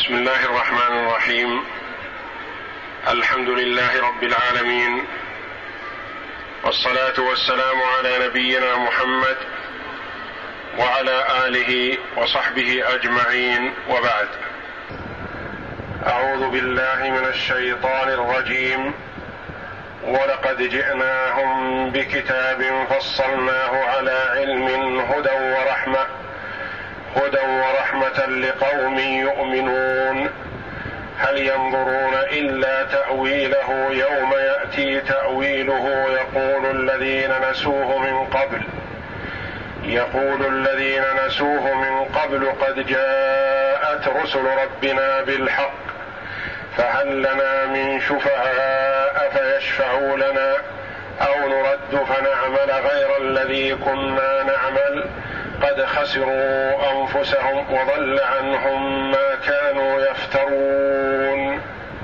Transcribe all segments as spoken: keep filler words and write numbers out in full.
بسم الله الرحمن الرحيم. الحمد لله رب العالمين، والصلاة والسلام على نبينا محمد وعلى آله وصحبه أجمعين، وبعد. أعوذ بالله من الشيطان الرجيم. ولقد جئناهم بكتاب فصلناه على علم هدى ورحمة هدى ورحمة لقوم يؤمنون. هل ينظرون إلا تأويله يوم يأتي تأويله يقول الذين نسوه من قبل يقول الذين نسوه من قبل قد جاءت رسل ربنا بالحق فهل لنا من شفعاء فيشفعوا لنا أو نرد فنعمل غير الذي كنا نعمل قد خسروا أنفسهم وضل عنهم ما كانوا يفترون.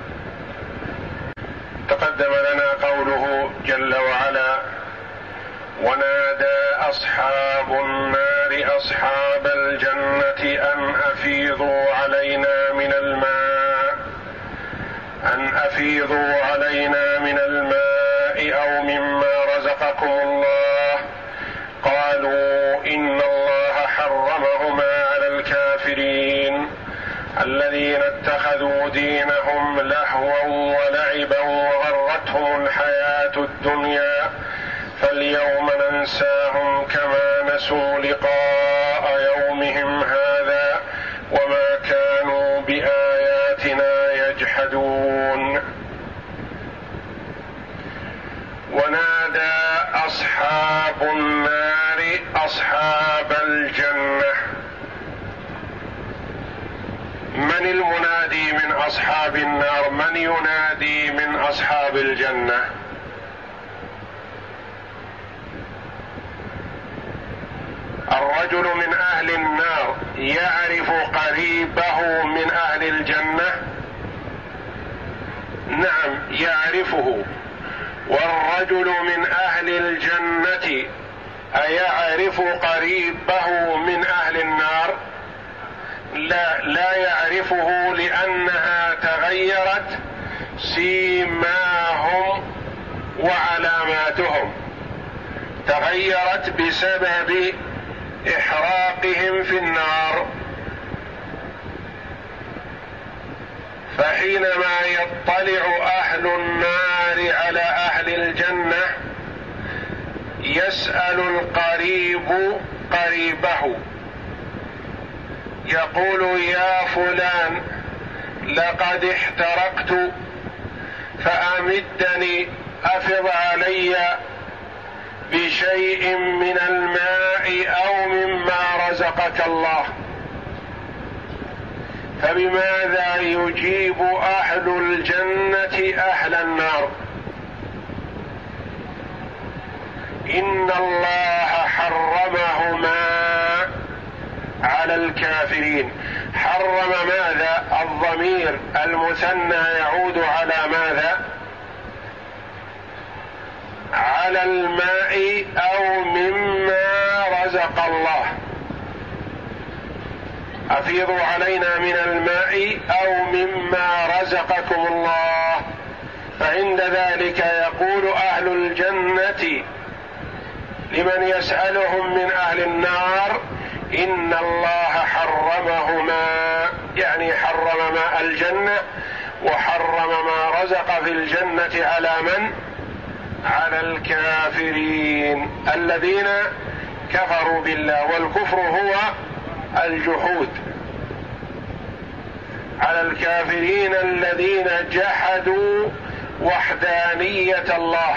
تقدم لنا قوله جل وعلا: ونادى أصحاب النار أصحاب الجنة أن أفيضوا علينا من الماء أن أفيضوا علينا من الماء أو مما رزقكم الله قالوا إن الله حرمهما على الكافرين الذين اتخذوا دينهم لهوا ولعبا وغرتهم الحياة الدنيا فاليوم ننساهم كما نسوا لقاء يومهم هذا وما كانوا بآياتنا يجحدون. ونادى أصحاب النار أصحاب الجنة. من المنادي من أصحاب النار؟ من ينادي من أصحاب الجنة؟ الرجل من أهل النار يعرف قريبه من أهل الجنة؟ نعم يعرفه. والرجل من أهل الجنة أيعرف قريبه من أهل النار؟ لا لا يعرفه، لأنها تغيرت سيماهم وعلاماتهم، تغيرت بسبب إحراقهم في النار. فحينما يطلع أهل النار على أهل الجنة يسأل القريب قريبه يقول: يا فلان لقد احترقت فأمدني أفض علي بشيء من الماء أو مما رزقك الله. فبماذا يجيب أهل الجنة أهل النار؟ إن الله حرمهما على الكافرين. حرم ماذا؟ الضمير المثنى يعود على ماذا؟ على الماء أو مما رزق الله. أفيضوا علينا من الماء أو مما رزقكم الله. فعند ذلك يقول أهل الجنة لمن يسألهم من أهل النار: إن الله حرمهما، يعني حرم ماء الجنة وحرم ما رزق في الجنة على من؟ على الكافرين الذين كفروا بالله، والكفر هو الجحود. على الكافرين الذين جحدوا وحدانية الله،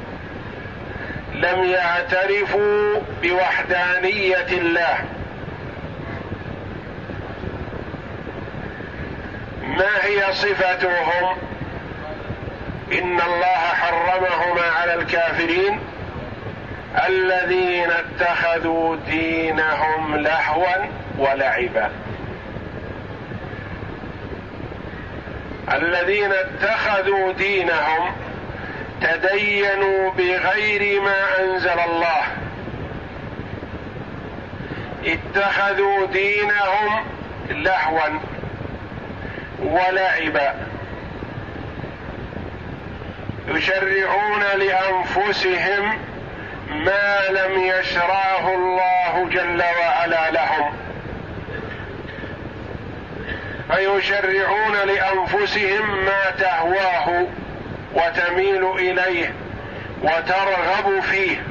لم يعترفوا بوحدانية الله. ما هي صفتهم؟ إن الله حرمهما على الكافرين الذين اتخذوا دينهم لهوا ولعبا. الذين اتخذوا دينهم تدينوا بغير ما أنزل الله، اتخذوا دينهم لهوا، ولعبا، يشرعون لأنفسهم ما لم يشرعه الله جل وعلا لهم، فيشرعون لأنفسهم ما تهواه وتميل إليه وترغب فيه.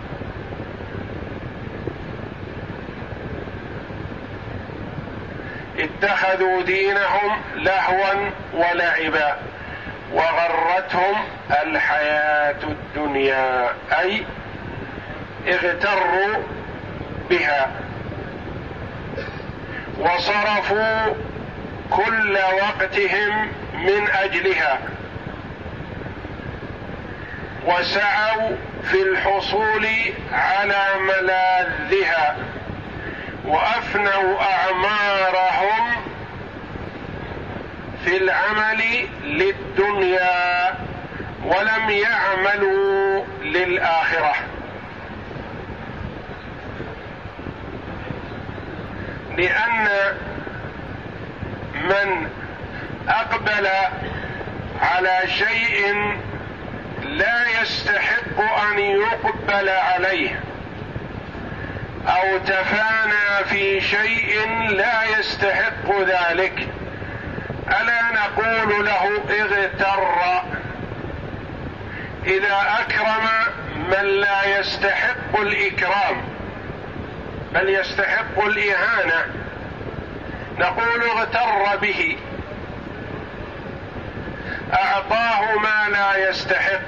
اتخذوا دينهم لهوا ولعبا وغرتهم الحياة الدنيا، أي اغتروا بها وصرفوا كل وقتهم من أجلها، وسعوا في الحصول على ملاذها، وأفنوا أعمارهم في العمل للدنيا ولم يعملوا للآخرة. لأن من أقبل على شيء لا يستحق أن يقبل عليه، أو تفانى في شيء لا يستحق ذلك، ألا نقول له اغتر؟ إذا أكرم من لا يستحق الإكرام بل يستحق الإهانة نقول اغتر به، أعطاه ما لا يستحق.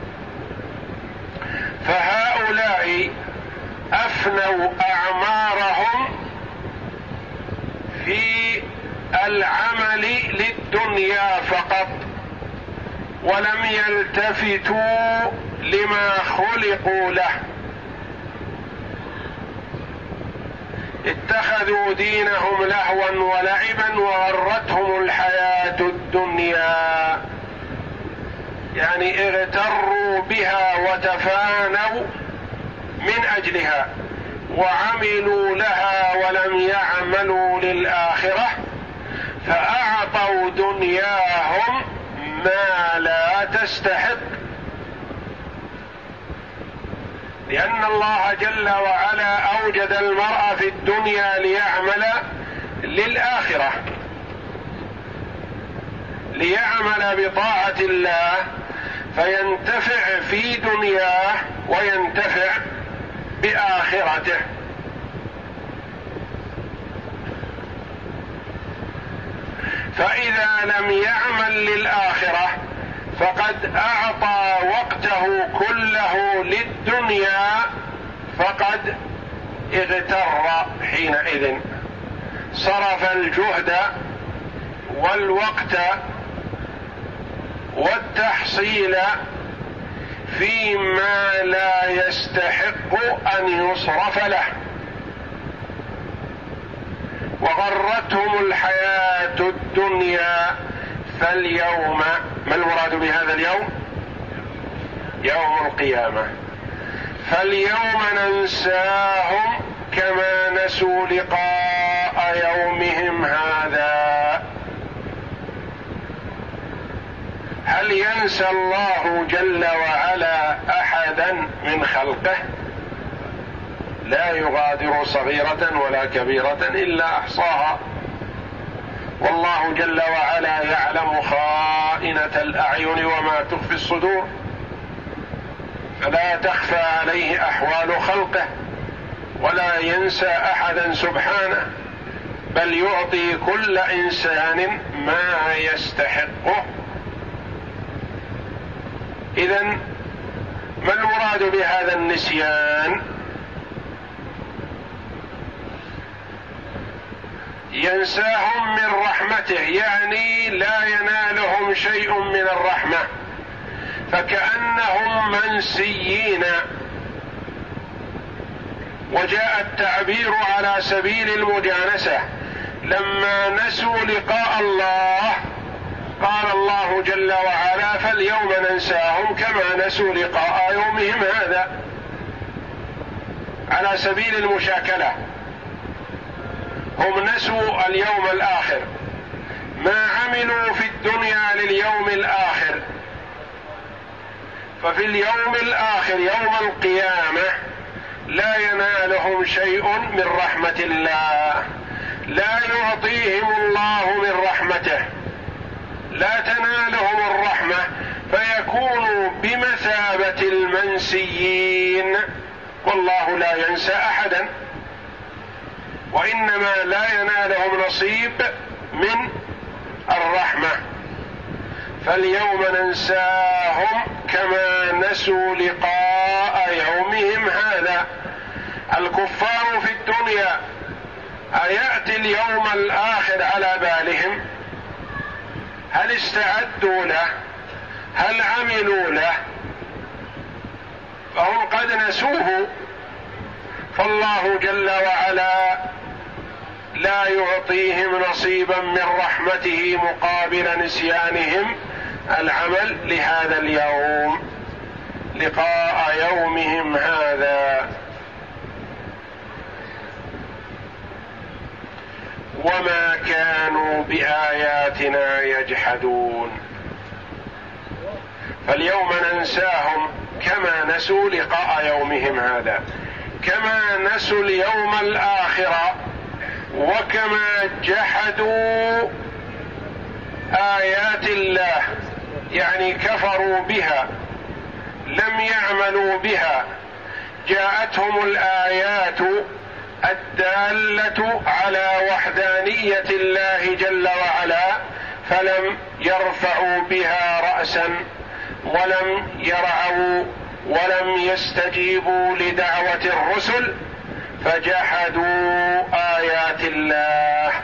فهؤلاء أفنوا أعمارهم في العمل للدنيا فقط، ولم يلتفتوا لما خلقوا له. اتخذوا دينهم لهوا ولعبا وغرتهم الحياة الدنيا، يعني اغتروا بها وتفانوا من أجلها وعملوا لها ولم يعملوا للآخرة، فأعطوا دنياهم ما لا تستحق. لأن الله جل وعلا أوجد المرء في الدنيا ليعمل للآخرة، ليعمل بطاعة الله فينتفع في دنياه وينتفع بآخرته. فإذا لم يعمل للآخرة فقد أعطى وقته كله للدنيا، فقد اغتر حينئذ، صرف الجهد والوقت والتحصيل فيما لا يستحق أن يصرف له، وغرتهم الحياة الدنيا. فاليوم، ما المراد بهذا اليوم؟ يوم القيامة. فاليوم ننساهم كما نسوا لقاء يومهم هذا. هل ينسى الله جل وعلا أحدا من خلقه؟ لا يغادر صغيرة ولا كبيرة إلا أحصاها، والله جل وعلا يعلم خائنة الأعين وما تخفي الصدور، فلا تخفى عليه أحوال خلقه ولا ينسى أحدا سبحانه، بل يعطي كل إنسان ما يستحقه. إذن ما المراد بهذا النسيان؟ ينساهم من رحمته، يعني لا ينالهم شيء من الرحمة، فكأنهم منسيين. وجاء التعبير على سبيل المجانسة، لما نسوا لقاء الله قال الله جل وعلا فاليوم ننساهم كما نسوا لقاء يومهم هذا، على سبيل المشاكلة. هم نسوا اليوم الآخر، ما عملوا عملوا في الدنيا لليوم الآخر، ففي اليوم الآخر يوم القيامة لا ينالهم شيء من رحمة الله، لا يعطيهم الله من رحمته، لا تنالهم الرحمة، فيكونوا بمثابة المنسيين، والله لا ينسى أحدا، وإنما لا ينالهم نصيب من الرحمة. فاليوم ننساهم كما نسوا لقاء يومهم هذا. الكفار في الدنيا أيأتي اليوم الآخر على بالهم؟ هل استعدوا له؟ هل عملوا له؟ فهم قد نسوه، فالله جل وعلا لا يعطيهم نصيبا من رحمته مقابل نسيانهم العمل لهذا اليوم، لقاء يومهم هذا. وما كانوا بآياتنا يجحدون. فاليوم ننساهم كما نسوا لقاء يومهم هذا، كما نسوا اليوم الآخر، وكما جحدوا آيات الله، يعني كفروا بها، لم يعملوا بها. جاءتهم الآيات الدالة على وحدانية الله جل وعلا، فلم يرفعوا بها رأسا، ولم يرعوا، ولم يستجيبوا لدعوة الرسل، فجحدوا آيات الله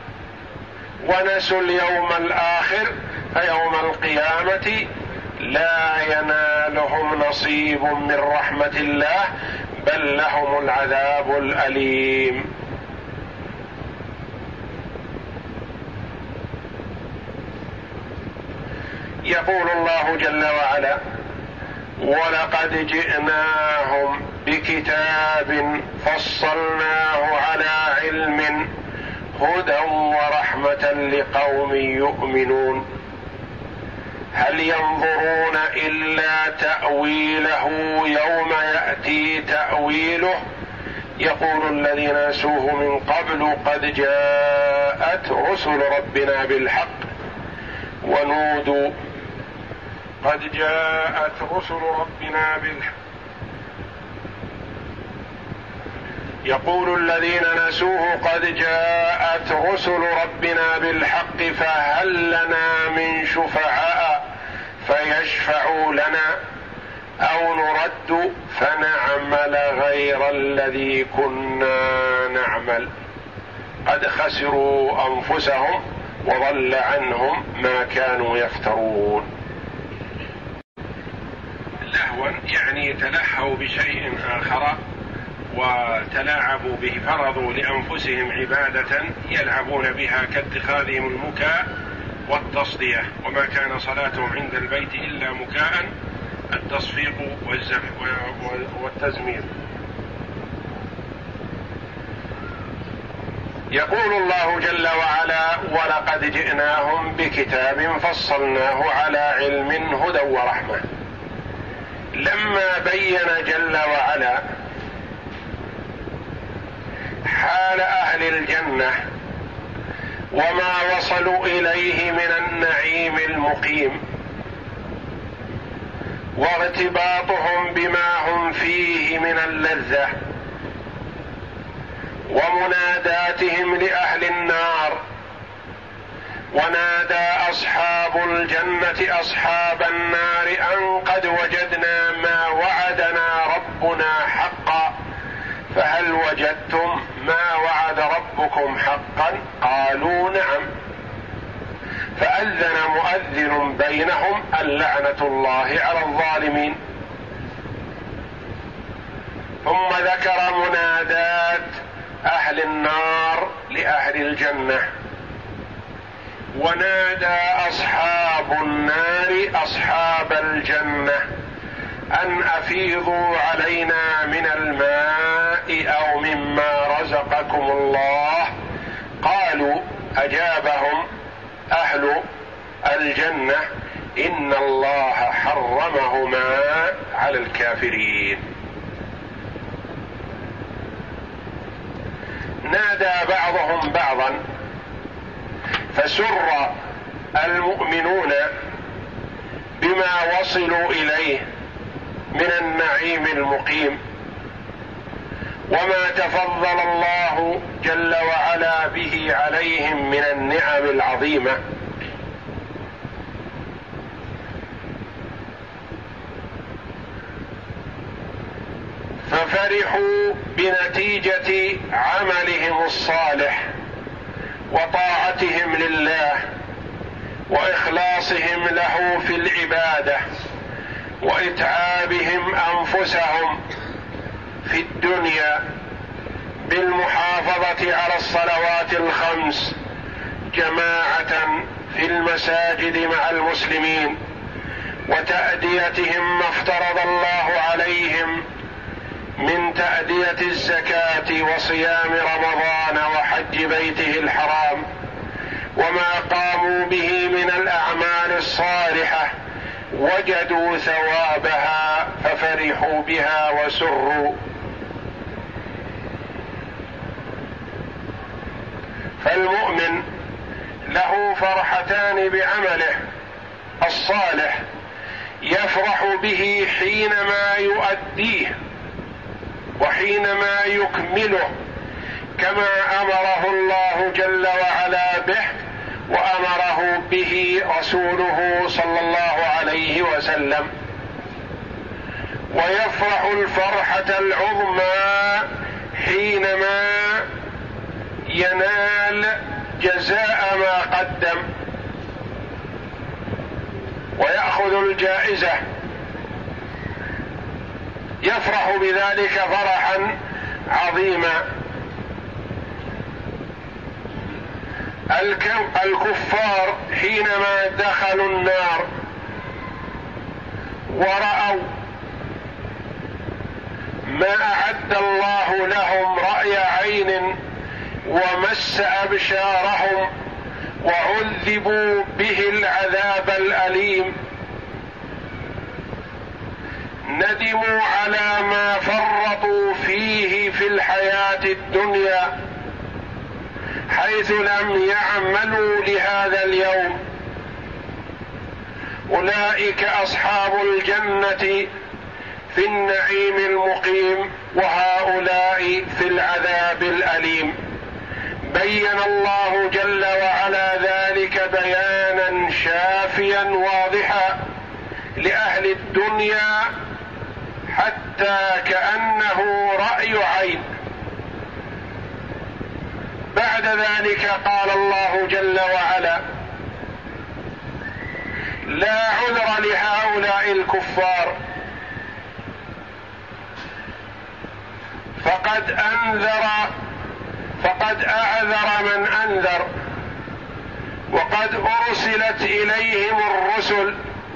ونسوا اليوم الآخر، فيوم القيامة لا ينالهم نصيب من رحمة الله، بل لهم العذاب الأليم. يقول الله جل وعلا: ولقد جئناهم بكتاب فصلناه على علم هدى ورحمة لقوم يؤمنون، هل ينظرون إلا تأويله يوم يأتي تأويله، يقول الذين نسوه من قبل قد جاءت رسل ربنا بالحق ونودوا قد جاءت رسل ربنا بالحق يقول الذين نسوه قد جاءت رسل ربنا بالحق فهل لنا من شفعاء فيشفعوا لنا أو نرد فنعمل غير الذي كنا نعمل قد خسروا أنفسهم وضل عنهم ما كانوا يفترون. لهوا يعني تلهوا بشيء آخر وتلاعبوا به، فرضوا لأنفسهم عبادة يلعبون بها كاتخاذهم المكاء والتصدية، وما كان صلاتهم عند البيت إلا مكاء، التصفيق والتزمير. يقول الله جل وعلا: ولقد جئناهم بكتاب فصلناه على علم هدى ورحمة. لما بين جل وعلا حال أهل الجنة وما وصلوا إليه من النعيم المقيم وارتباطهم بما هم فيه من اللذة، ومناداتهم لأهل النار، ونادى أصحاب الجنة أصحاب النار أن قد وجدنا ما وعدنا ربنا حقا فهل وجدتم ما وعد ربكم حقا؟ قالوا نعم. فأذن مؤذن بينهم اللعنة الله على الظالمين. ثم ذكر منادات أهل النار لأهل الجنة، ونادى أصحاب النار أصحاب الجنة أن أفيضوا علينا من الماء أو مما رزقكم الله. قالوا أجابهم أهل الجنة إن الله حرمهما على الكافرين. نادى بعضهم بعضا فسر المؤمنون بما وصلوا إليه من النعيم المقيم وما تفضل الله جل وعلا به عليهم من النعم العظيمة، ففرحوا بنتيجة عملهم الصالح وطاعتهم لله وإخلاصهم له في العبادة وإتعابهم أنفسهم في الدنيا بالمحافظة على الصلوات الخمس جماعة في المساجد مع المسلمين وتأديتهم ما افترض الله عليهم من تأدية الزكاة وصيام رمضان وحج بيته الحرام وما قاموا به من الأعمال الصالحة وجدوا ثوابها ففرحوا بها وسروا. فالمؤمن له فرحتان بعمله الصالح يفرح به حينما يؤديه وحينما يكمله كما أمره الله جل وعلا به وأمره به رسوله صلى الله عليه وسلم، ويفرح الفرحة العظمى حينما ينال جزاء ما قدم ويأخذ الجائزة، يفرح بذلك فرحا عظيما. الكفار حينما دخلوا النار ورأوا ما أعد الله لهم رأي عين ومس أبشارهم وعذبوا به العذاب الأليم ندموا على ما فرطوا فيه في الحياة الدنيا حيث لم يعملوا لهذا اليوم. أولئك أصحاب الجنة في النعيم المقيم وهؤلاء في العذاب الأليم. بين الله جل وعلا ذلك بيانا شافيا واضحا لأهل الدنيا حتى كأنه رأي عين. بعد ذلك قال الله جل وعلا: لا عذر لهؤلاء الكفار فقد أنذر فقد أعذر من أنذر وقد أرسلت إليهم الرسل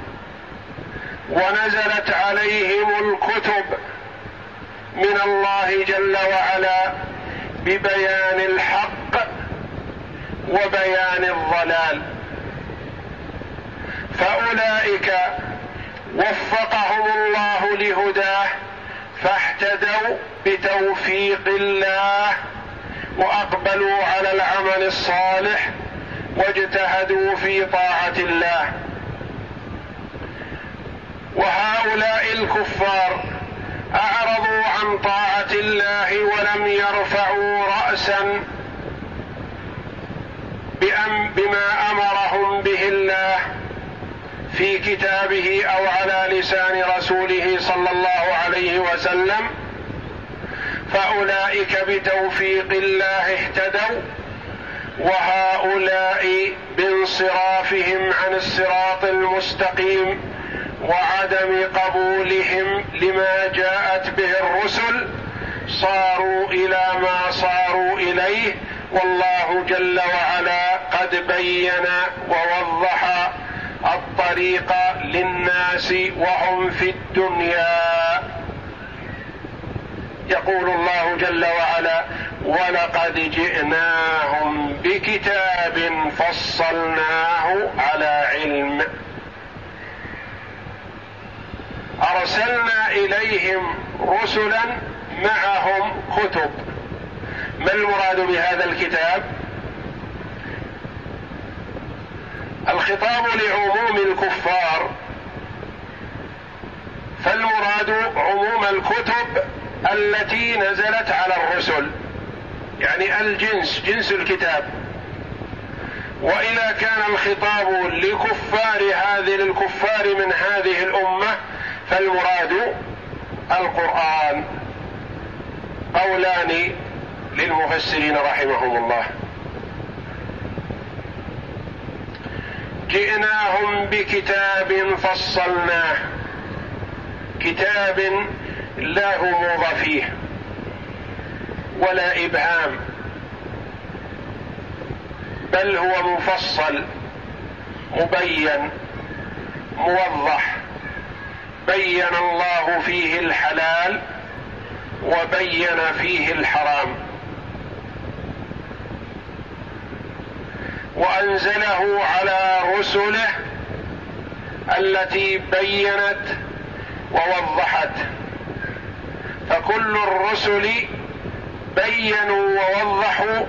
ونزلت عليهم الكتب من الله جل وعلا ببيان الحق وبيان الضلال، فأولئك وفقهم الله لهداه فاهتدوا بتوفيق الله وأقبلوا على العمل الصالح واجتهدوا في طاعة الله. وهؤلاء الكفار أعرضوا عن طاعة الله ولم يرفعوا رأسا بما أمرهم به الله في كتابه أو على لسان رسوله صلى الله عليه وسلم، فأولئك بتوفيق الله اهتدوا، وهؤلاء بانصرافهم عن الصراط المستقيم وعدم قبولهم لما جاءت به الرسل صاروا إلى ما صاروا إليه، والله جل وعلا قد بين ووضح الطريق للناس وهم في الدنيا. يقول الله جل وعلا: ولقد جئناهم بكتاب فصلناه على علم. أرسلنا إليهم رسلا معهم كتب. ما المراد بهذا الكتاب؟ الخطاب لعموم الكفار، فالمراد عموم الكتب التي نزلت على الرسل، يعني الجنس، جنس الكتاب. وإذا كان الخطاب لكفار هذه الكفار من هذه الأمة فالمراد القرآن. قولان للمفسرين رحمهم الله. جئناهم بكتاب فصلناه، كتاب لا غموض فيه ولا إبهام، بل هو مفصل مبين موضح، بين الله فيه الحلال وبين فيه الحرام، وأنزله على رسله التي بينت ووضحت. فكل الرسل بينوا ووضحوا،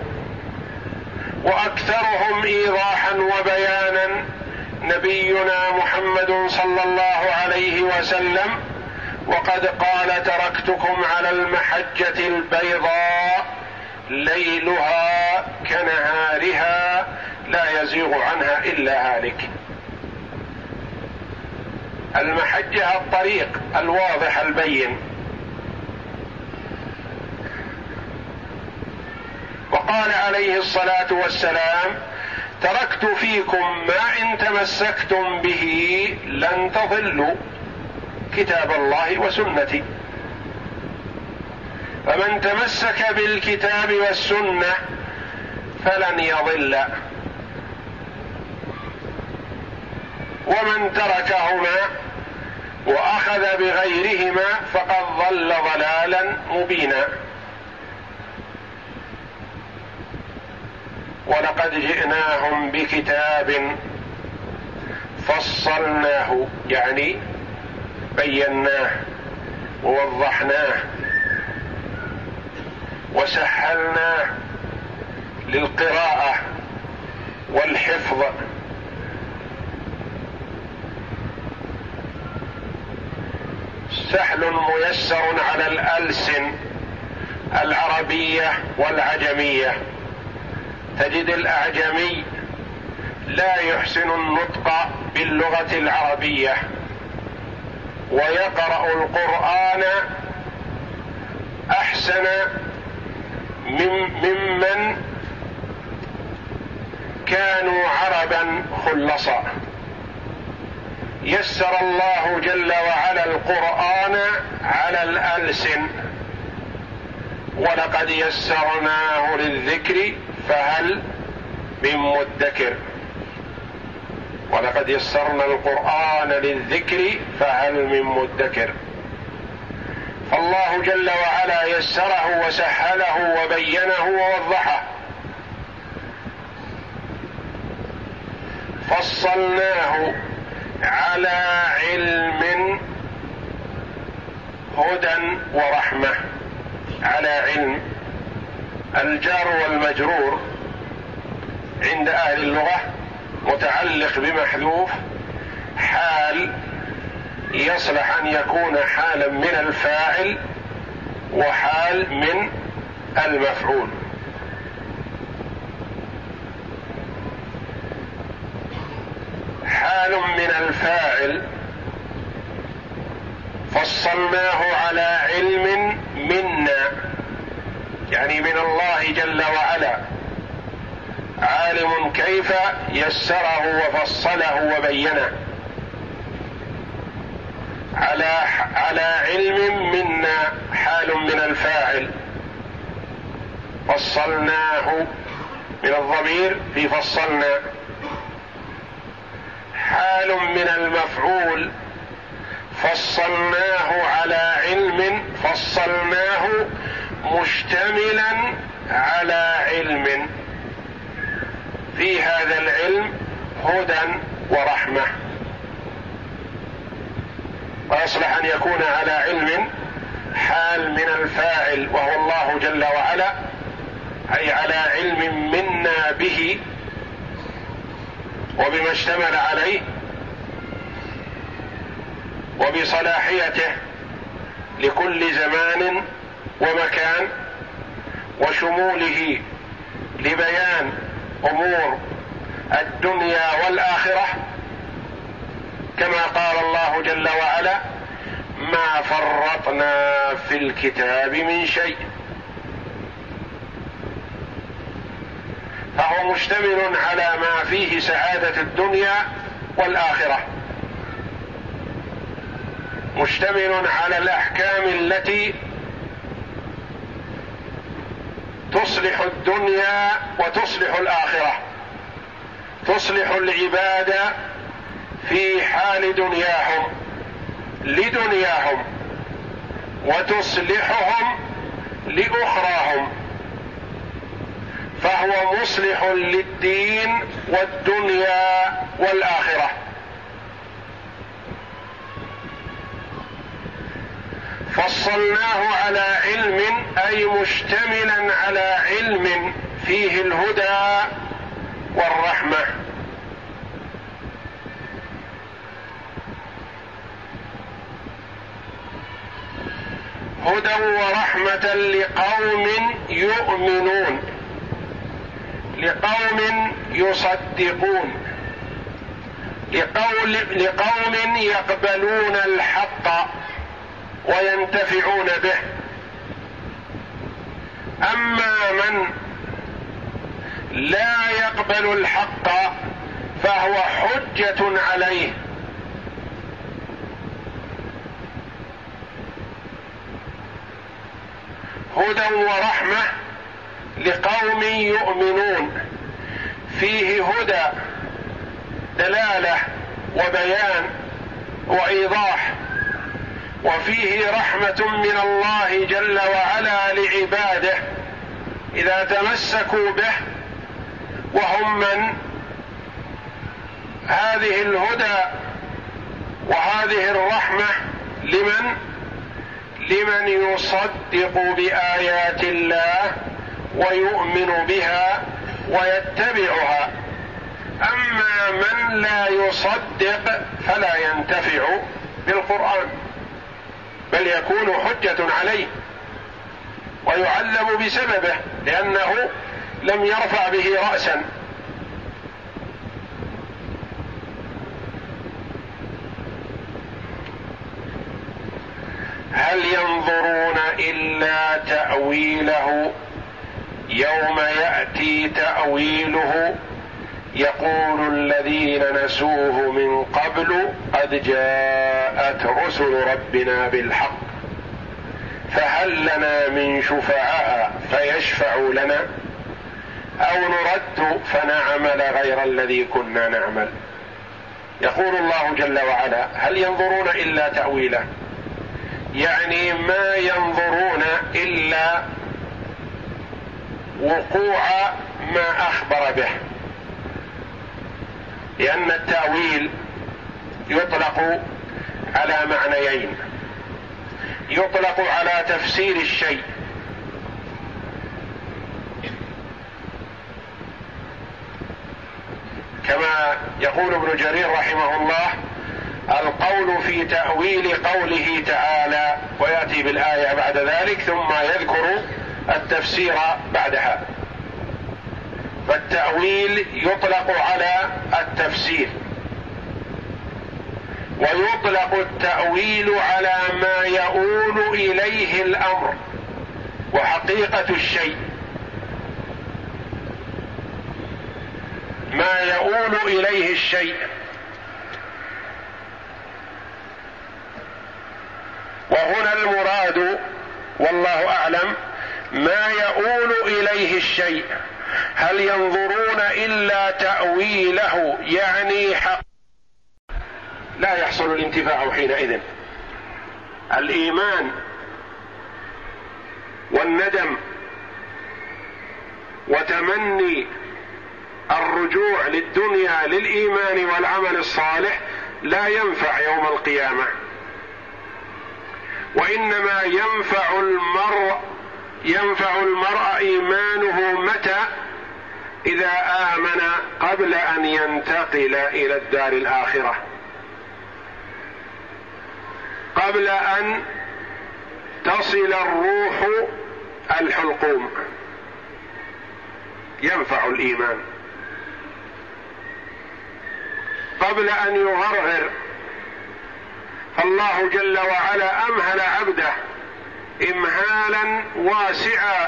وأكثرهم إيضاحا وبيانا نبينا محمد صلى الله عليه وسلم، وقد قال: تركتكم على المحجة البيضاء ليلها كنهارها لا يزيغ عنها إلا هالك. المحجة الطريق الواضح البين. وقال عليه الصلاة والسلام: تركت فيكم ما إن تمسكتم به لن تضلوا، كتاب الله وسنتي. فمن تمسك بالكتاب والسنة فلن يضل، ومن تركهما وأخذ بغيرهما فقد ضل ضلالا مبينا. ولقد جئناهم بكتاب فصلناه، يعني بيناه ووضحناه وسهلناه للقراءة والحفظ. سهل ميسر على الألسن العربية والعجمية. تجد الأعجمي لا يحسن النطق باللغة العربية ويقرأ القرآن أحسن ممن كانوا عربا خلصا. يسر الله جل وعلا القرآن على الألسن. ولقد يسرناه للذكر فهل من مدكر. ولقد يسرنا القرآن للذكر فهل من مدكر. فالله جل وعلا يسره وسهله وبينه ووضحه. فصلناه على علم هدى ورحمة. على علم، الجار والمجرور عند أهل اللغة متعلق بمحذوف، حال يصلح أن يكون حالا من الفاعل وحال من المفعول. حال من الفاعل: فصلناه على علم منا، يعني من الله جل وعلا، عالم كيف يسره وفصله وبينه. على على علم منا حال من الفاعل، فصلناه من الضمير في فصلنا. حال من المفعول: فصلناه على علم، فصلناه مشتملا على علم، في هذا العلم هدى ورحمة، ويصلح أن يكون على علم حال من الفاعل وهو الله جل وعلا، أي على علم منا به وبما اشتمل عليه وبصلاحيته لكل زمان ومكان، وشموله لبيان أمور الدنيا والآخرة، كما قال الله جل وعلا: ما فرطنا في الكتاب من شيء. فهو مشتمل على ما فيه سعادة الدنيا والآخرة، مشتمل على الأحكام التي تصلح الدنيا وتصلح الآخرة، تصلح العباد في حال دنياهم لدنياهم، وتصلحهم لأخراهم، فهو مصلح للدين والدنيا والآخرة. فصلناه على علم، أي مشتملا على علم فيه الهدى والرحمة. هدى ورحمة لقوم يؤمنون، لقوم يصدقون، لقول لقوم يقبلون الحق وينتفعون به. أما من لا يقبل الحق فهو حجة عليه، هدى ورحمة لقوم يؤمنون، فيه هدى دلالة وبيان وإيضاح، وفيه رحمة من الله جل وعلا لعباده إذا تمسكوا به، وهم من هذه الهدى وهذه الرحمة لمن لمن يصدق بآيات الله ويؤمن بها ويتبعها. أما من لا يصدق فلا ينتفع بالقرآن، بل يكون حجة عليه ويعلم بسببه، لأنه لم يرفع به رأسا. هل ينظرون إلا تأويله يوم يأتي تأويله يقول الذين نسوه من قبل قد جاءت رسل ربنا بالحق فهل لنا من شفعاء فيشفعوا لنا أو نرد فنعمل غير الذي كنا نعمل. يقول الله جل وعلا: هل ينظرون إلا تأويله، يعني ما ينظرون إلا وقوع ما أخبر به، لأن التأويل يطلق على معنيين: يطلق على تفسير الشيء، كما يقول ابن جرير رحمه الله: القول في تأويل قوله تعالى، ويأتي بالآية بعد ذلك ثم يذكر التفسير بعدها. فالتأويل يطلق على التفسير، ويطلق التأويل على ما يؤول إليه الأمر وحقيقة الشيء، ما يؤول إليه الشيء. وهنا المراد والله أعلم ما يؤول إليه الشيء. هل ينظرون إلا تأويله، يعني حق لا يحصل الانتفاع حينئذ. الإيمان والندم وتمني الرجوع للدنيا للإيمان والعمل الصالح لا ينفع يوم القيامة، وإنما ينفع المرء ينفع المرء إيمانه متى؟ إذا آمن قبل أن ينتقل إلى الدار الآخرة، قبل أن تصل الروح الحلقوم ينفع الإيمان، قبل أن يغرغر. فالله جل وعلا أمهل عبده إمهالا واسعا،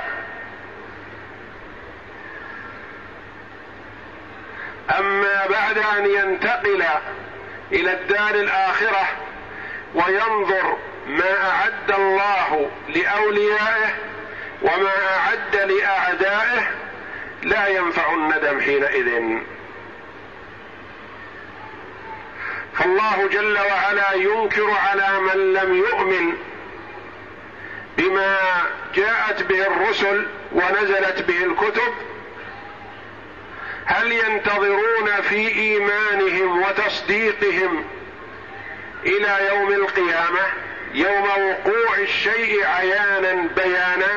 أما بعد أن ينتقل إلى الدار الآخرة وينظر ما أعد الله لأوليائه وما أعد لأعدائه لا ينفع الندم حينئذ. فالله جل وعلا ينكر على من لم يؤمن بما جاءت به الرسل ونزلت به الكتب، هل ينتظرون في إيمانهم وتصديقهم إلى يوم القيامة، يوم وقوع الشيء عيانا بيانا؟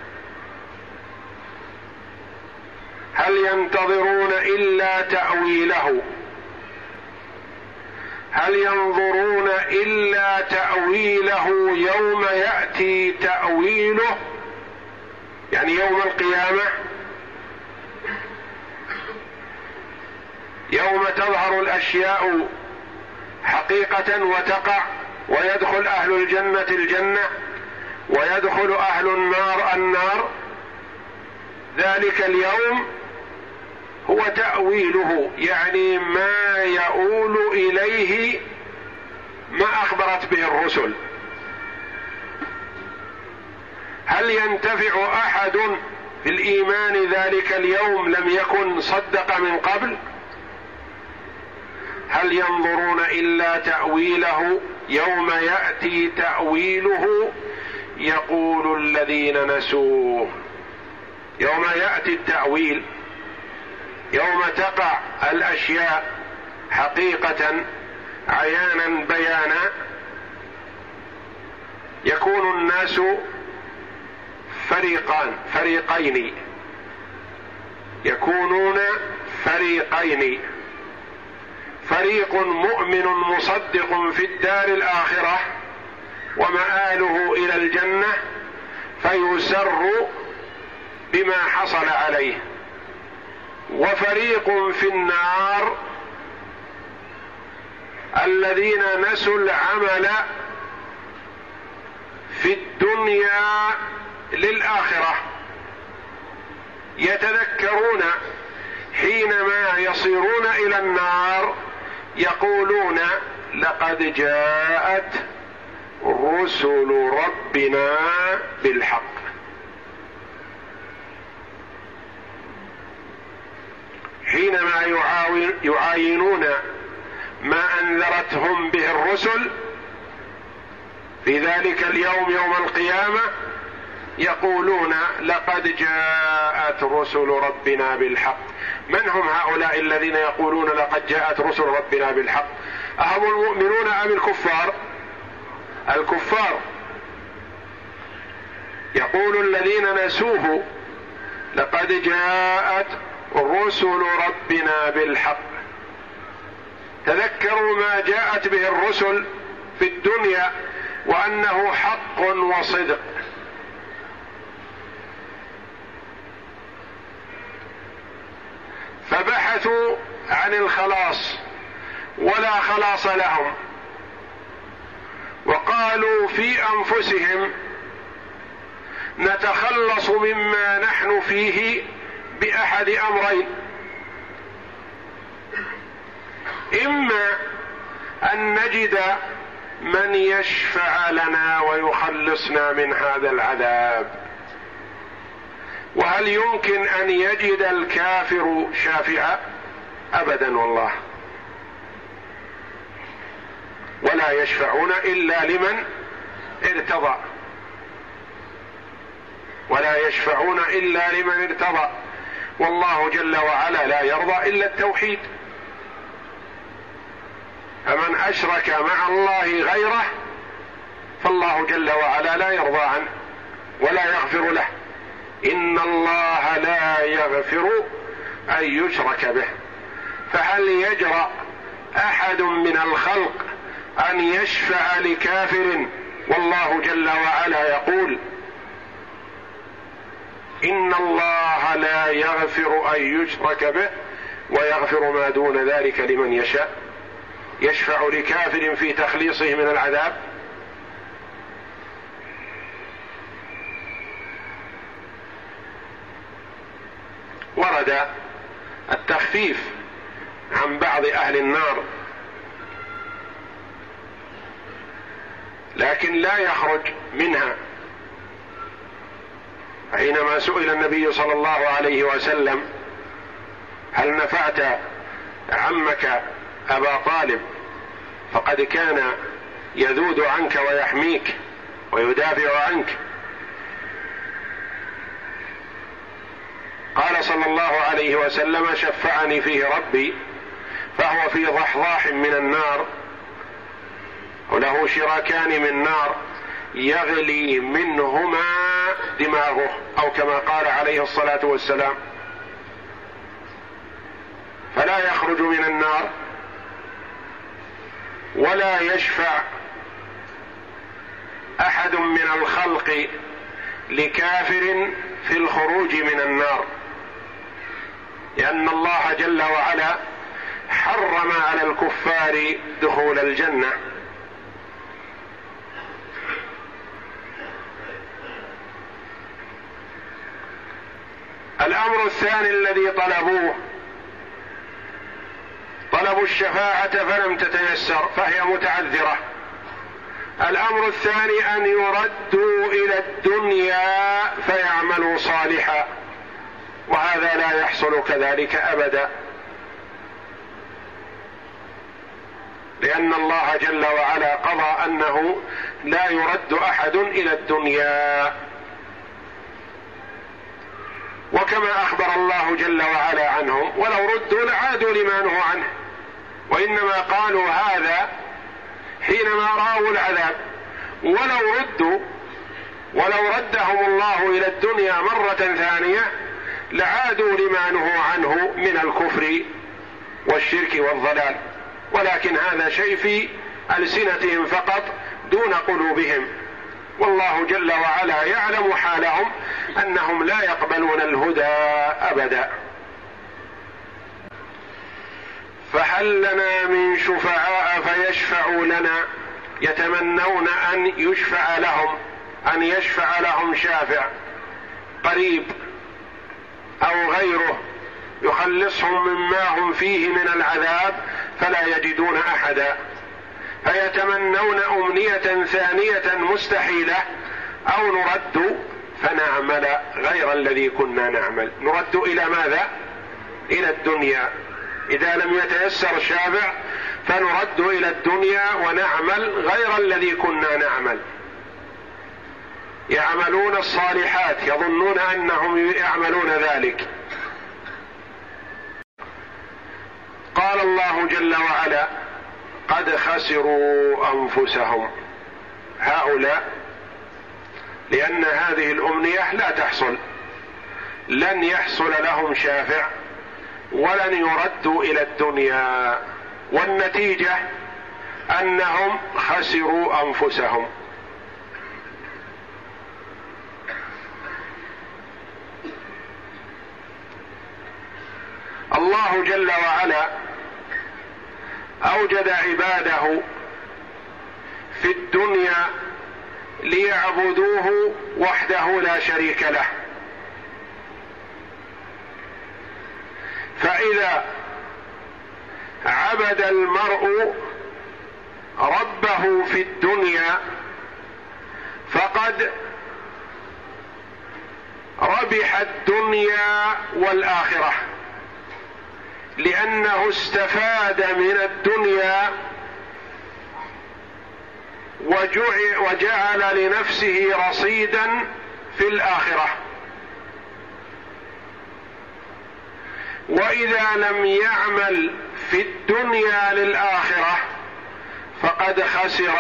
هل ينتظرون إلا تأويله؟ هل ينظرون إلا تأويله يوم يأتي تأويله، يعني يوم القيامة، يوم تظهر الأشياء حقيقة وتقع، ويدخل أهل الجنة الجنة ويدخل أهل النار النار، ذلك اليوم هو تأويله، يعني ما يؤول إليه ما أخبرت به الرسل. هل ينتفع أحد في الإيمان ذلك اليوم لم يكن صدق من قبل؟ هل ينظرون إلا تأويله يوم يأتي تأويله يقول الذين نسوه. يوم يأتي التأويل، يوم تقع الأشياء حقيقة عيانا بيانا، يكون الناس فريقان فريقين يكونون فريقين، فريق مؤمن مصدق في الدار الآخرة ومآله إلى الجنة فيسر بما حصل عليه، وفريق في النار الذين نسوا العمل في الدنيا للآخرة، يتذكرون حينما يصيرون إلى النار يقولون لقد جاءت رسل ربنا بالحق. حينما يعاينون ما أنذرتهم به الرسل في ذلك اليوم يوم القيامة يقولون لقد جاءت رسل ربنا بالحق. من هم هؤلاء الذين يقولون لقد جاءت رسل ربنا بالحق؟ أهم المؤمنون أم الكفار؟ الكفار. يقول الذين نسوه لقد جاءت رسل ربنا بالحق. تذكروا ما جاءت به الرسل في الدنيا وأنه حق وصدق، فبحثوا عن الخلاص ولا خلاص لهم، وقالوا في أنفسهم نتخلص مما نحن فيه بأحد أمرين: إما أن نجد من يشفع لنا ويخلصنا من هذا العذاب، وهل يمكن أن يجد الكافر شافعا؟ أبدا والله، ولا يشفعون إلا لمن ارتضى. ولا يشفعون إلا لمن ارتضى، والله جل وعلا لا يرضى إلا التوحيد. فمن أشرك مع الله غيره فالله جل وعلا لا يرضى عنه ولا يغفر له. إن الله لا يغفر أن يشرك به. فهل يجرأ أحد من الخلق أن يشفع لكافر والله جل وعلا يقول إن الله لا يغفر أن يشرك به ويغفر ما دون ذلك لمن يشاء؟ يشفع لكافر في تخليصه من العذاب؟ ورد التخفيف عن بعض أهل النار، لكن لا يخرج منها. حينما سئل النبي صلى الله عليه وسلم هل نفعت عمك أبا طالب فقد كان يذود عنك ويحميك ويدافع عنك، قال صلى الله عليه وسلم شفعني فيه ربي فهو في ضحضاح من النار وله شراكان من نار يغلي منهما دماغه، أو كما قال عليه الصلاة والسلام، فلا يخرج من النار ولا يشفع أحد من الخلق لكافر في الخروج من النار، لأن الله جل وعلا حرم على الكفار دخول الجنة. الأمر الثاني الذي طلبوه طلبوا الشفاعة فلم تتيسر فهي متعذرة. الأمر الثاني أن يردوا إلى الدنيا فيعملوا صالحا، وهذا لا يحصل كذلك أبدا، لأن الله جل وعلا قضى أنه لا يرد أحد إلى الدنيا. وكما أخبر الله جل وعلا عنهم ولو ردوا لعادوا لما نهوا عنه، وإنما قالوا هذا حينما رأوا العذاب، ولو ردوا ولو ردهم الله إلى الدنيا مرة ثانية لعادوا لما نهوا عنه من الكفر والشرك والضلال، ولكن هذا شيء في ألسنتهم فقط دون قلوبهم، والله جل وعلا يعلم حالهم أنهم لا يقبلون الهدى أبدا. فهل لنا من شفعاء فيشفعوا لنا؟ يتمنون أن يشفع لهم، أن يشفع لهم شافع قريب أو غيره يخلصهم مما هم فيه من العذاب فلا يجدون أحدا، فيتمنون أمنية ثانية مستحيلة، أو نرد فنعمل غير الذي كنا نعمل. نرد إلى ماذا؟ إلى الدنيا. إذا لم يتيسر الشافع فنرد إلى الدنيا ونعمل غير الذي كنا نعمل. يعملون الصالحات يظنون أنهم يعملون ذلك. قال الله جل وعلا قد خسروا أنفسهم هؤلاء، لأن هذه الأمنية لا تحصل، لن يحصل لهم شافع ولن يردوا إلى الدنيا، والنتيجة أنهم خسروا أنفسهم. الله جل وعلا أوجد عباده في الدنيا ليعبدوه وحده لا شريك له، فإذا عبد المرء ربه في الدنيا فقد ربح الدنيا والآخرة، لأنه استفاد من الدنيا وجعل لنفسه رصيدا في الآخرة. وإذا لم يعمل في الدنيا للآخرة فقد خسر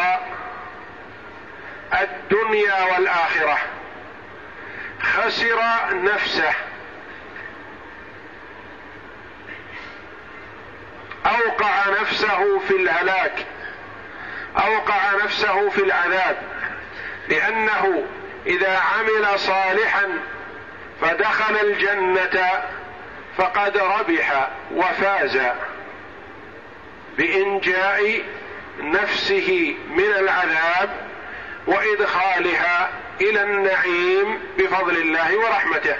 الدنيا والآخرة، خسر نفسه، أوقع نفسه في الهلاك، أوقع نفسه في العذاب، لأنه إذا عمل صالحا فدخل الجنة فقد ربح وفاز بإنجاء نفسه من العذاب وإدخالها إلى النعيم بفضل الله ورحمته.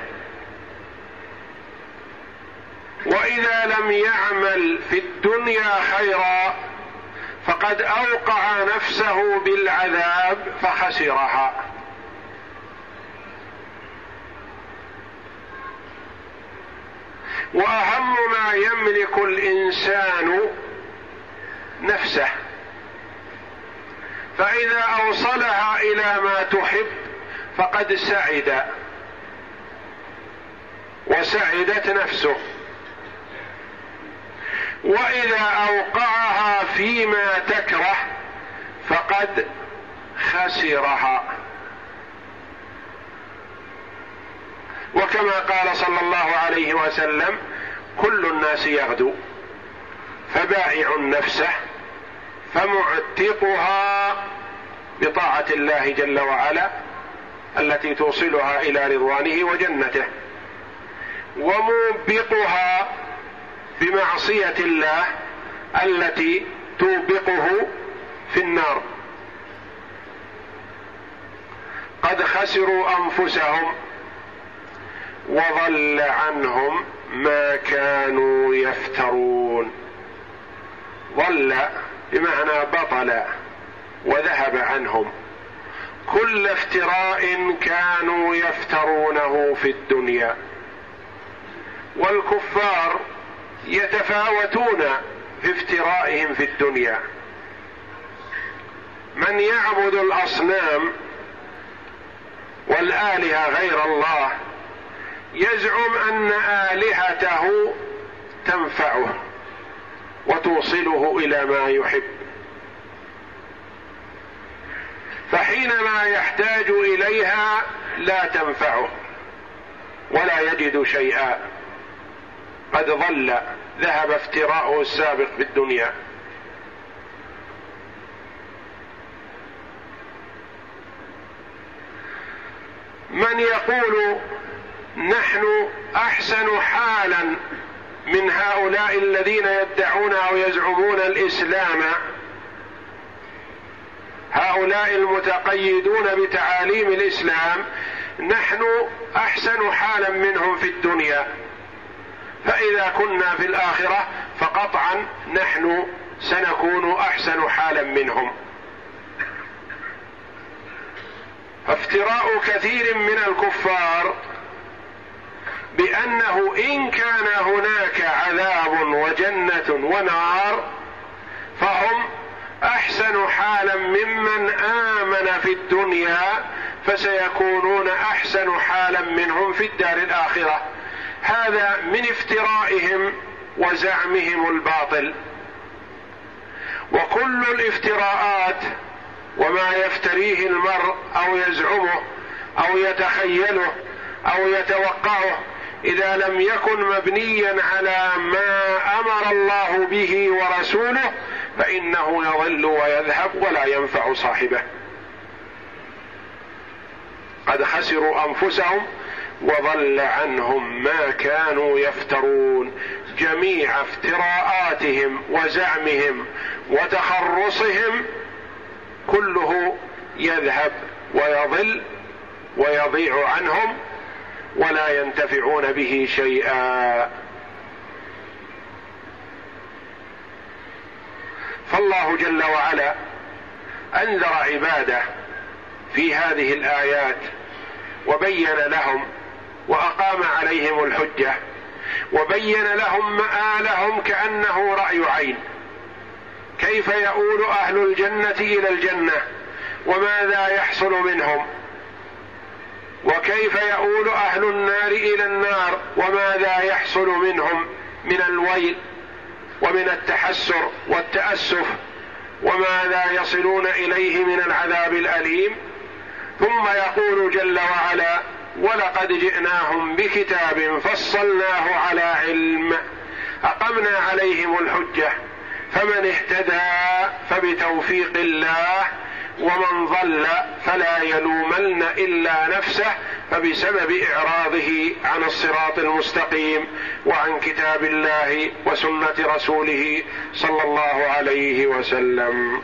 وإذا لم يعمل في الدنيا خيرا فقد أوقع نفسه بالعذاب فخسرها. وأهم ما يملك الإنسان نفسه، فإذا أوصلها إلى ما تحب فقد سعد وسعدت نفسه، وإذا أوقعها فيما تكره فقد خسرها. وكما قال صلى الله عليه وسلم: كل الناس يغدو فبائع نفسه فمعتقها بطاعة الله جل وعلا التي توصلها إلى رضوانه وجنته، وموبقها بمعصية الله التي توبقه في النار. قد خسروا أنفسهم وضل عنهم ما كانوا يفترون. ضل بمعنى بطل وذهب عنهم كل افتراء كانوا يفترونه في الدنيا. والكفار يتفاوتون في افترائهم في الدنيا. من يعبد الأصنام والآلهة غير الله يزعم أن آلهته تنفعه وتوصله إلى ما يحب، فحينما يحتاج إليها لا تنفعه ولا يجد شيئا، قد ضل، ذهب افتراءه السابق في الدنيا. من يقول نحن أحسن حالا من هؤلاء الذين يدعون أو يزعمون الإسلام، هؤلاء المتقيدون بتعاليم الإسلام، نحن أحسن حالا منهم في الدنيا، فإذا كنا في الآخرة فقطعا نحن سنكون أحسن حالا منهم. فافتراء كثير من الكفار بأنه إن كان هناك عذاب وجنة ونار فهم أحسن حالا ممن آمن في الدنيا، فسيكونون أحسن حالا منهم في الدار الآخرة. هذا من افترائهم وزعمهم الباطل. وكل الافتراءات وما يفتريه المرء أو يزعمه أو يتخيله أو يتوقعه إذا لم يكن مبنيا على ما أمر الله به ورسوله فإنه يضل ويذهب ولا ينفع صاحبه. قد خسروا أنفسهم وضل عنهم ما كانوا يفترون. جميع افتراءاتهم وزعمهم وتخرصهم كله يذهب ويضل ويضيع عنهم ولا ينتفعون به شيئا. فالله جل وعلا أنذر عباده في هذه الآيات وبين لهم وأقام عليهم الحجة وبين لهم مآلهم كأنه رأي عين، كيف يؤول أهل الجنة إلى الجنة وماذا يحصل منهم. وكيف يؤول أهل النار إلى النار وماذا يحصل منهم من الويل ومن التحسر والتأسف، وماذا يصلون إليه من العذاب الأليم. ثم يقول جل وعلا: ولقد جئناهم بكتاب فصلناه على علم أقمنا عليهم الحجة فمن اهتدى فبتوفيق الله ومن ضل فلا يلومن إلا نفسه فبسبب إعراضه عن الصراط المستقيم وعن كتاب الله وسنة رسوله صلى الله عليه وسلم.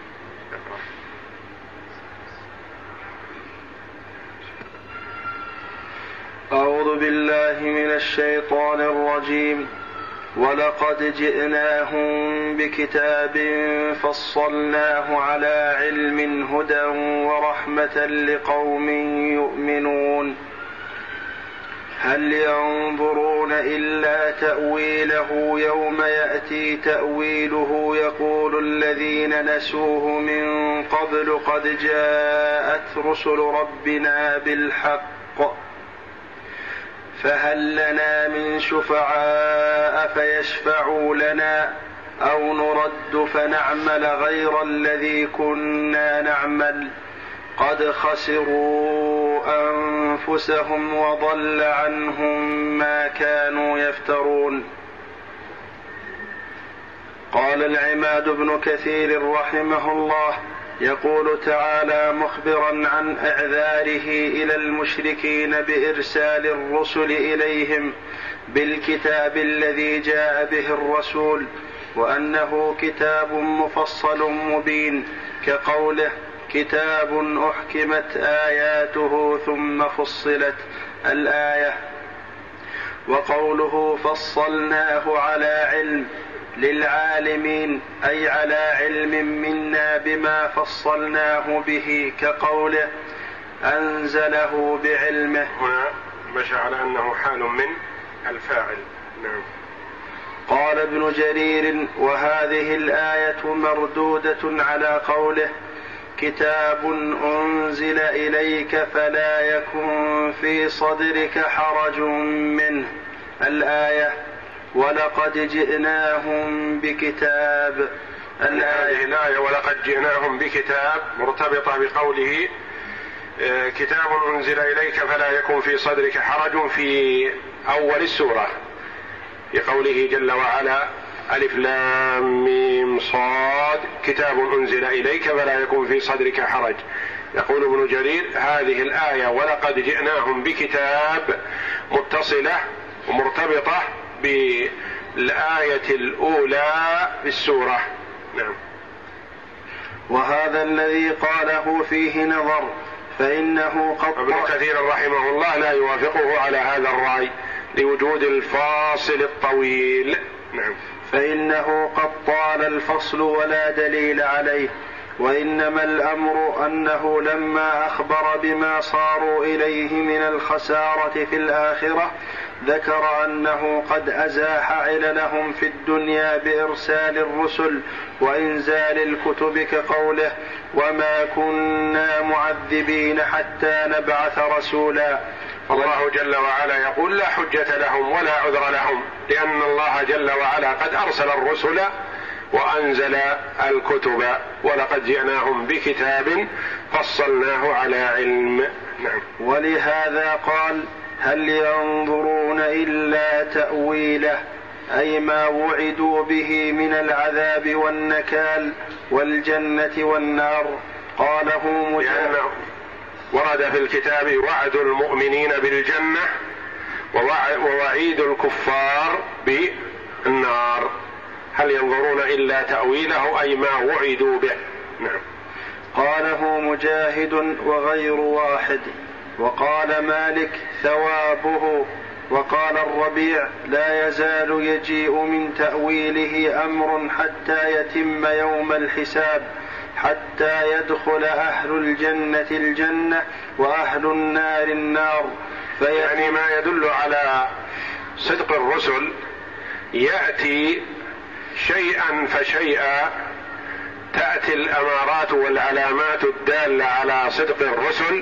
أعوذ بالله من الشيطان الرجيم. ولقد جئناهم بكتاب فصلناه على علم هدى ورحمة لقوم يؤمنون. هل ينظرون إلا تأويله يوم يأتي تأويله يقول الذين نسوه من قبل قد جاءت رسل ربنا بالحق فهل لنا من شفعاء فيشفعوا لنا أو نرد فنعمل غير الذي كنا نعمل قد خسروا أنفسهم وضل عنهم ما كانوا يفترون. قال العماد بن كثير رحمه الله يقول تعالى مخبرا عن إعذاره إلى المشركين بإرسال الرسل إليهم بالكتاب الذي جاء به الرسول وأنه كتاب مفصل مبين كقوله كتاب أحكمت آياته ثم فصلت الآية، وقوله فصلناه على علم للعالمين أي على علم منا بما فصلناه به كقوله أنزله بعلمه. هنا مشى على أنه حال من الفاعل. نعم. قال ابن جرير وهذه الآية مردودة على قوله كتاب أنزل إليك فلا يكن في صدرك حرج منه الآية ولقد جئناهم بكتاب. هذه الآية ولقد جئناهم بكتاب مرتبطة بقوله كتاب أنزل إليك فلا يكن في صدرك حرج في أول السورة بقوله جل وعلا ألف لام ميم صاد كتاب أنزل إليك فلا يكن في صدرك حرج. يقول ابن جرير هذه الآية ولقد جئناهم بكتاب متصلة ومرتبطة بالآية الأولى في السورة. نعم. وهذا الذي قاله فيه نظر فإنه قد ابن كثير رحمه الله لا يوافقه على هذا الرأي لوجود الفاصل الطويل. نعم. فإنه قد طال الفصل ولا دليل عليه، وإنما الأمر أنه لما أخبر بما صاروا إليه من الخسارة في الآخرة ذكر أنه قد أزاح عللهم في الدنيا بإرسال الرسل وإنزال الكتب كقوله وما كنا معذبين حتى نبعث رسولا. الله جل وعلا يقول لا حجة لهم ولا عذر لهم لأن الله جل وعلا قد أرسل الرسل وأنزل الكتب ولقد جئناهم بكتاب فصلناه على علم. نعم. ولهذا قال هل ينظرون إلا تأويله أي ما وعدوا به من العذاب والنكال والجنة والنار. قاله مجاهد ورد في الكتاب وعد المؤمنين بالجنة ووعيد الكفار بالنار. هل ينظرون إلا تأويله أي ما وعدوا به. نعم. قاله مجاهد وغير واحد. وقال مالك ثوابه. وقال الربيع لا يزال يجيء من تأويله أمر حتى يتم يوم الحساب حتى يدخل أهل الجنة الجنة وأهل النار النار. يعني ما يدل على صدق الرسل يأتي شيئا فشيئا، تأتي الأمارات والعلامات الدالة على صدق الرسل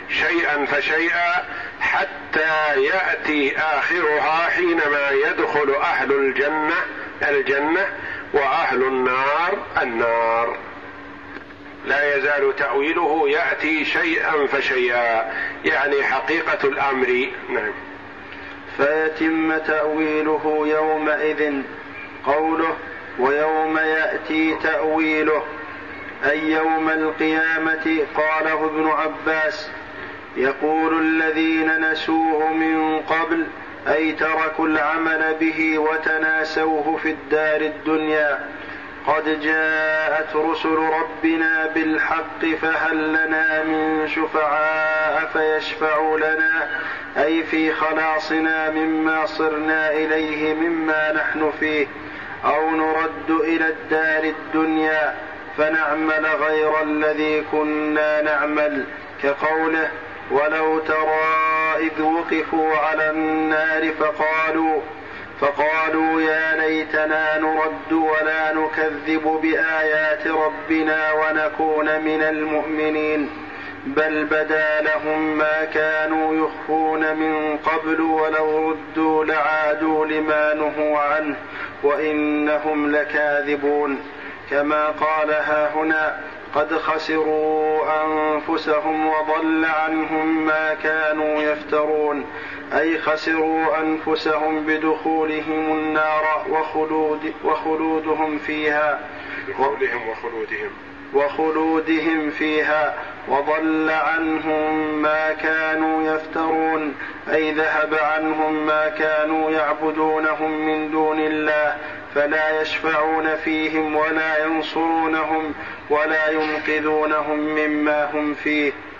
شيئا فشيئا حتى يأتي آخرها حينما يدخل أهل الجنة الجنة وأهل النار النار. لا يزال تأويله يأتي شيئا فشيئا، يعني حقيقة الأمر. نعم. فيتم تأويله يومئذ. قوله ويوم يأتي تأويله أي يوم القيامة. قاله ابن عباس يقول الذين نسوه من قبل أي تركوا العمل به وتناسوه في الدار الدنيا. قد جاءت رسل ربنا بالحق فهل لنا من شفعاء فيشفعوا لنا أي في خلاصنا مما صرنا إليه مما نحن فيه، أو نرد إلى الدار الدنيا فنعمل غير الذي كنا نعمل، كقوله ولو ترى إذ وقفوا على النار فقالوا فقالوا يا ليتنا نرد ولا نكذب بآيات ربنا ونكون من المؤمنين، بل بدا لهم ما كانوا يخفون من قبل ولو ردوا لعادوا لما نهوا عنه وإنهم لكاذبون. كما قال هاهنا قد خسروا أنفسهم وضل عنهم ما كانوا يفترون، أي خسروا أنفسهم بدخولهم النار وخلود وخلودهم فيها دخولهم وخلودهم وخلودهم فيها وضل عنهم ما كانوا يفترون، أي ذهب عنهم ما كانوا يعبدونهم من دون الله، فلا يشفعون فيهم ولا ينصرونهم ولا ينقذونهم مما هم فيه.